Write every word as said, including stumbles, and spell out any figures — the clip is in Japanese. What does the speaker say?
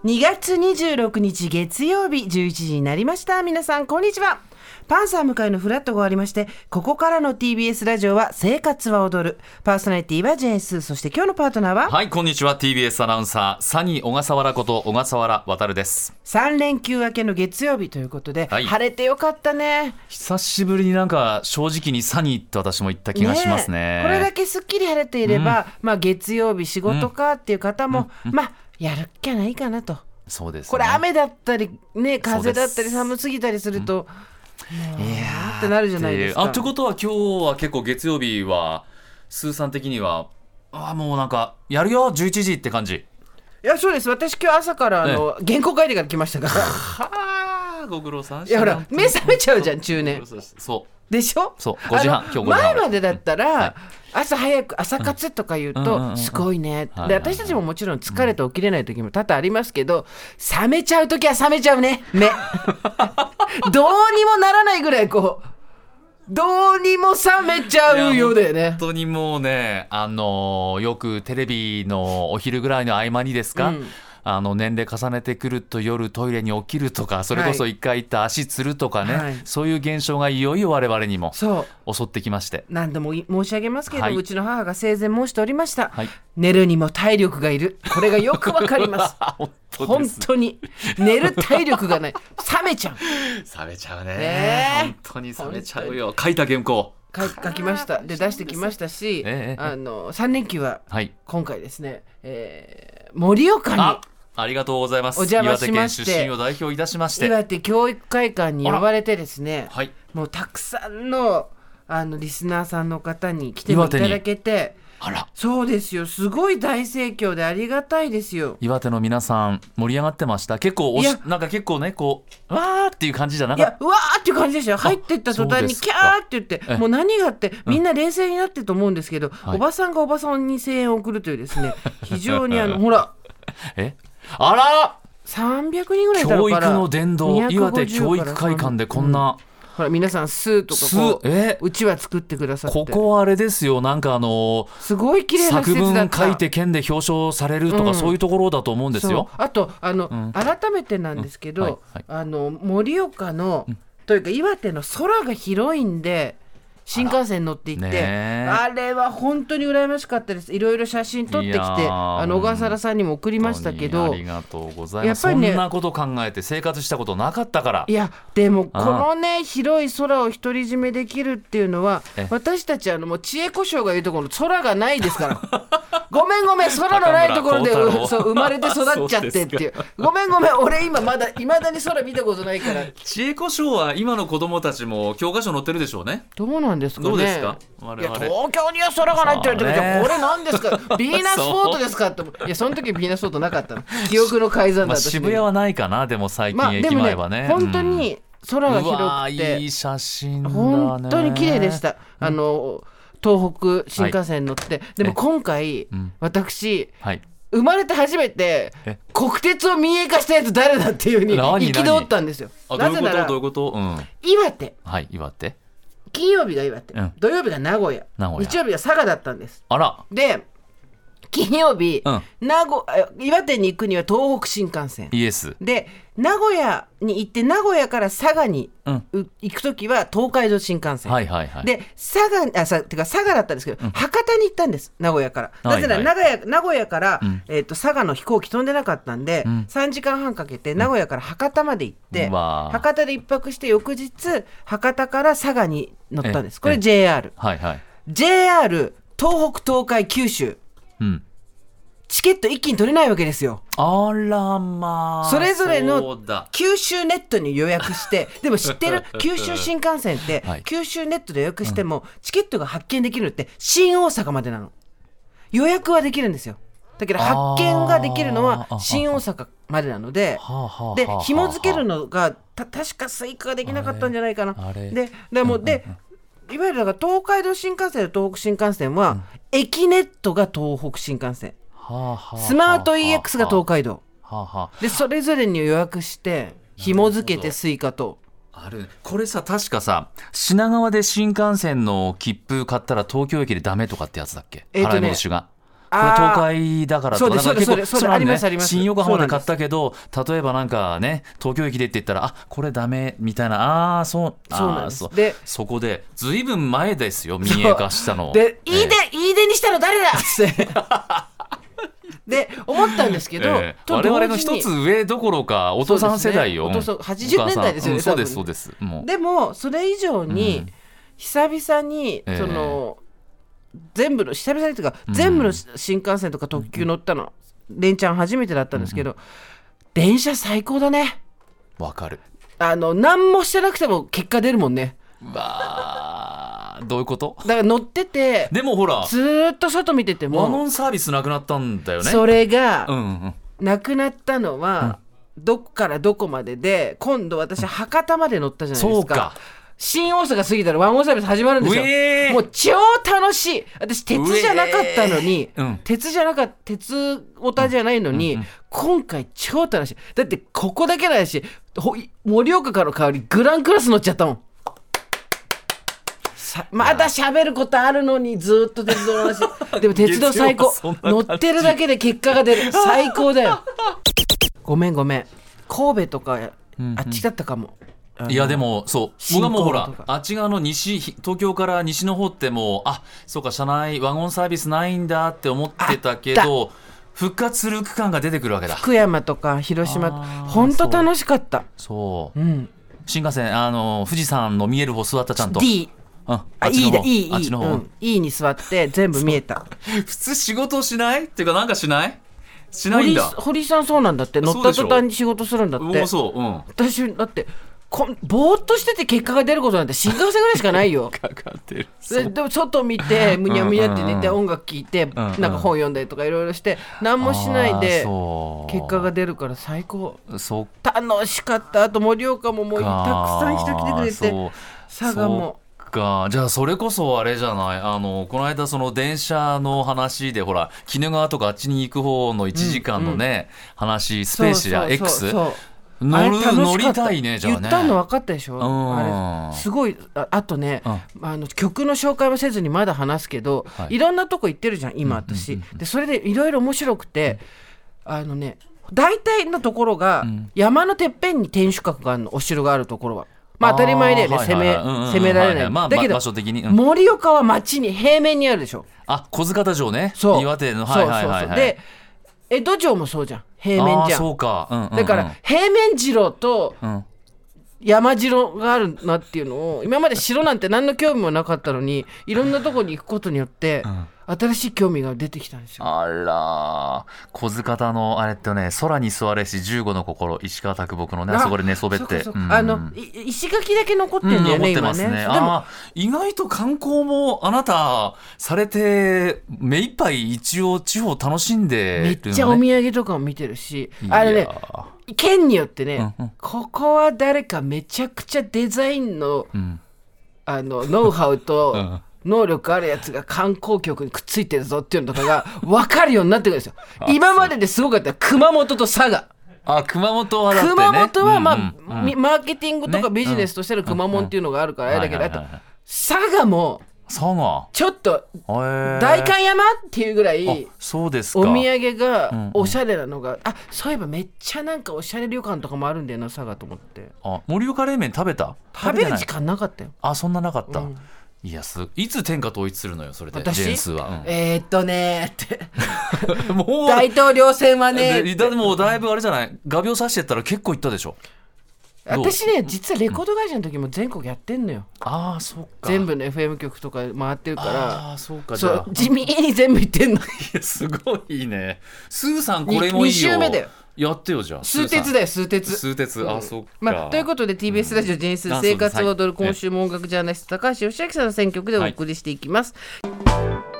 にがつにじゅうろくにち月曜日じゅういちじになりました。皆さんこんにちは。パンサー向かいのフラットが終わりまして、ここからの ティービーエス ラジオは生活は踊る。パーソナリティはジェーンスー、そして今日のパートナーは、 はい、こんにちは。 ティービーエス アナウンサーサニー小笠原こと小笠原渉です。 さんれんきゅう明けの月曜日ということで、 はい、 晴れてよかったね。 久しぶりになんか正直にサニーって私も言った気がします ね, ねこれだけすっきり晴れていれば、うんまあ、月曜日仕事かっていう方も、うん、まあやるっきゃないかなと。 そうですね、 これ雨だったり、ね、風だったり寒すぎたりすると、うん、いやーってなるじゃないですか。 あということは今日は結構月曜日はスーさん的にはあもうなんかやるよじゅういちじって感じ。 いやそうです。私今日朝からあの、ね、原稿書いてから来ましたからはあご苦労さん。 いやほら目覚めちゃうじゃん中年。 そうでしょ。 そうごじはん今日ごじはん前までだったら、はい、朝早く朝活とか言うとすごいね、で私たちももちろん疲れて起きれない時も多々ありますけど、冷めちゃう時は冷めちゃうね目どうにもならないぐらいこうどうにも冷めちゃうよだよね。 本当にもうね、あのー、よくテレビのお昼ぐらいの合間にですか、うんあの年齢重ねてくると夜トイレに起きるとか、それこそ一回行った足つるとかね、はい、そういう現象がいよいよ我々にも襲ってきまして、 何度も申し上げますけれども、はい、うちの母が生前申しておりました、はい、寝るにも体力がいる。これがよくわかります本, 当本当に寝る体力がない。冷めちゃう冷めちゃう ね, ね本当に冷めちゃうよ。書いた原稿書きました。で出してきましたし、ええ、あのさんれんきゅうは今回ですね、はいえー、盛岡にあありがとうございます。 お邪魔しまして、 岩手県出身を代表いたしまして、 岩手教育会館に呼ばれてですね、 はい、 もうたくさん の, あのリスナーさんの方に来ていただけて、 あらそうですよ、すごい大盛況でありがたいですよ。 岩手の皆さん盛り上がってました。結構おしなんか結構ねこうわーっていう感じじゃなかった。 いやうわーっていう感じでしたよ。入ってった途端にキャーって言ってもう何があってみんな冷静になってると思うんですけど、うん、おばさんがおばさんに声援を送るというですね非常にあのほらえあらさんびゃくにんぐらいいたのかな。 教育の殿堂岩手教育会館でこんな、うん、 ほら皆さんスーとかこうえうちわ作ってくださって、 ここはあれですよ、なんかあのすごい綺麗な施設だった。 作文書いて県で表彰されるとか、うん、そういうところだと思うんですよ。 あとあの、うん、改めてなんですけど、うんはいはい、あの盛岡の、うん、というか岩手の空が広いんで新幹線乗って行って あ, あれは本当に羨ましかったです。いろいろ写真撮ってきてあの小笠原さんにも送りましたけど、 ありがとうございます。やっぱり、ね、そんなこと考えて生活したことなかったから。 いやでもこのね広い空を独り占めできるっていうのは私たちあのもう知恵子賞が言うところの空がないですからごめんごめん空のないところでそう生まれて育っちゃってっていうごめんごめん俺今まだいまだに空見たことないから。 知恵子賞は今の子供たちも教科書載ってるでしょうね。 どうなんですかね。 どうですか。 いや東京には空がないって言われてる、ね、これ何ですかヴィーナスフォートですかって。いやその時ヴィーナスフォートなかったの記憶の改ざんだった、 まあ、渋谷はないかな。でも最近駅前はね、まあ、 でもね本当に空が広くて、 うん、いい写真だね。 本当に綺麗でした。あの東北新幹線乗って、はい、でも今回、うん、私、はい、生まれて初めて国鉄を民営化したやつ誰だっていう風に憤ったんですよ。 なぜならどういうことどういうこと、 うん、岩手、 はい、岩手金曜日が岩手、うん、土曜日が名古屋、名古屋日曜日が佐賀だったんです。 あらで金曜日、うん、名古岩手に行くには東北新幹線、 イエスで名古屋に行って名古屋から佐賀に、うん、行くときは東海道新幹線、はいはいはい、で佐賀あさてか佐賀だったんですけど、うん、博多に行ったんです名古屋から。なぜなら名古屋、名古屋から、うんえー、と佐賀の飛行機飛んでなかったんで、うん、さんじかんはんかけて名古屋から博多まで行って、うん、博多で一泊して翌日博多から佐賀に乗ったんです。これ ジェイアール、はいはい、ジェイアール 東北東海九州、うんチケット一気に取れないわけですよ。 あらまあそれぞれの九州ネットに予約してでも知ってる九州新幹線って、はい、九州ネットで予約しても、うん、チケットが発券できるのって新大阪までなの。予約はできるんですよ。だけど発券ができるのは新大阪までなので、で紐付けるのがた確かスイカができなかったんじゃないかな。ででも、うんうんうん、でいわゆるだから東海道新幹線と東北新幹線は、うん、駅ネットが東北新幹線、スマート イーエックス が東海道、はあはあ、でそれぞれに予約して紐付けてスイカとある。これさ確かさ品川で新幹線の切符買ったら東京駅でダメとかってやつだっけ、えーとね、払い戻しがこれ東海だからとか、 そうですそうですそうですありますあります。 新横浜で買ったけど、例えばなんかね東京駅でって言ったらあこれダメみたいな、ああそうそうなんです。 そうでそこでずいぶん前ですよ民営化したので、いいでいいでにしたの誰だってで思ったんですけど、 えー、我々の一つ上どころかお父さん世代よ、 ね、お父さんはちじゅうねんだいですよね、 うん、そうですそうです。もうでもそれ以上に、うん、久々にその、えー、全部の久々にというか、うん、全部の新幹線とか特急乗ったの、うん、レンちゃん初めてだったんですけど、うん、電車最高だね。 わかる。 あの何もしてなくても結果出るもんね。 わどういうこと？ だから乗っててでもほらずーっと外見ててもワゴンサービスなくなったんだよね。 それが、 うんうん、 なくなったのは、うん、どこからどこまでで今度私博多まで乗ったじゃないですか。そうか。新大阪過ぎたらワゴンサービス始まるんですよ。もう超楽しい。私鉄じゃなかったのに、うん、鉄じゃなかった鉄オタじゃないのに、うんうんうん、今回超楽しい。だってここだけだし盛岡からの代わりグランクラス乗っちゃったもん。まだ喋ることあるのにずっと鉄道の話でも鉄道最高。乗ってるだけで結果が出る。最高だよ。ごめんごめん神戸とか、うんうん、あっちだったかも。 いやでもそう僕はもうほらあっち側の西東京から西の方ってもうあそうか車内ワゴンサービスないんだって思ってたけど復活する区間が出てくるわけだ。 福山とか広島と本当楽しかった。 そう、うん、新幹線あの富士山の見える方座ったちゃんと Dああいいだいいいい、 あっちの方、 うん、いいに座って全部見えた。 普通仕事しないっていうかなんかしないしないんだ。 堀さんそうなんだって。乗った途端に仕事するんだって。 そうそう、うん、 私だってこぼーっとしてて結果が出ることなんて新幹線ぐらいしかないよ。 かかってる。 で, でも外見てむにゃむにゃって寝て音楽聴いて、うんうん、なんか本読んだりとかいろいろして何もしないで結果が出るから最高。 そ楽しかった。あと盛岡ももうたくさん人来てくれて佐賀もか。じゃあそれこそあれじゃないあのこの間その電車の話でほら鬼怒川とかあっちに行く方のいちじかんのね、うんうん、話スペーシア X乗る乗りたいね。じゃあね言ったの分かったでしょ、うん、あれすごい。 あ, あとね、うん、あの曲の紹介もせずにまだ話すけど、はい、いろんなとこ行ってるじゃん今私、うんうんうん、でそれでいろいろ面白くて、うん、あのね大体のところが山のてっぺんに天守閣があるの。お城があるところはまあ当たり前だよね。攻め、攻められない、はいはい、だけど、 場所的に、うん、 盛岡は町に平面にあるでしょ。 あ小塚田城ね。 そう岩手のはいはいはい、はい、 そうそうそうで江戸城もそうじゃん平面じゃん。 そうか、うんうんうん、 だから平面城と山城があるなっていうのを今まで城なんて何の興味もなかったのにいろんなとこに行くことによって、うん新しい興味が出てきたんですよ。 あら小塚田のあれってね空に座れしじゅうごの心石川啄木のねあそこで寝そべって、 うん、あの石垣だけ残ってんだよね、うん、残ってますね。 今ねあ意外と観光もあなたされて目いっぱい一応地方楽しんでる、ね、 めっちゃお土産とかも見てるしあれね県によってね、うんうん、ここは誰かめちゃくちゃデザインの、うん、あのノウハウと、うん能力あるやつが観光局にくっついてるぞっていうのとかが分かるようになってくるんですよ。今までですごかった熊本と佐賀。 あ熊本はだってね熊本は、まあうんうん、マーケティングとかビジネスとしての熊本っていうのがあるからあれだけど、あと佐賀も佐賀ちょっと代官山っていうぐらいそうですかお土産がおしゃれなのが、うんうん、あそういえばめっちゃなんかおしゃれ旅館とかもあるんだよな佐賀と思って。 あ盛岡冷麺食べた？ 食べる時間なかったよ。 あそんななかった、うんいやすいつ天下統一するのよそれで私ジェンスは、うん、 えー、っとねーってもう大統領選はねででもだいぶあれじゃない画鋲刺してったら結構いったでしょ。 私ね実はレコード会社の時も全国やってんのよ、うん、 ああそうか全部の エフエム 局とか回ってるからああそうかじゃあ地味に全部言ってんの。いやすごいねスーさんこれもいいよ。に週目だよやってよじゃあ数鉄だよ数鉄数鉄、うん、あそっか、 まあ、ということで ティービーエス ラジオジェンス生活を踊る今週も音楽ジャーナリスト高橋義明さんの選曲でお送りしていきます、はい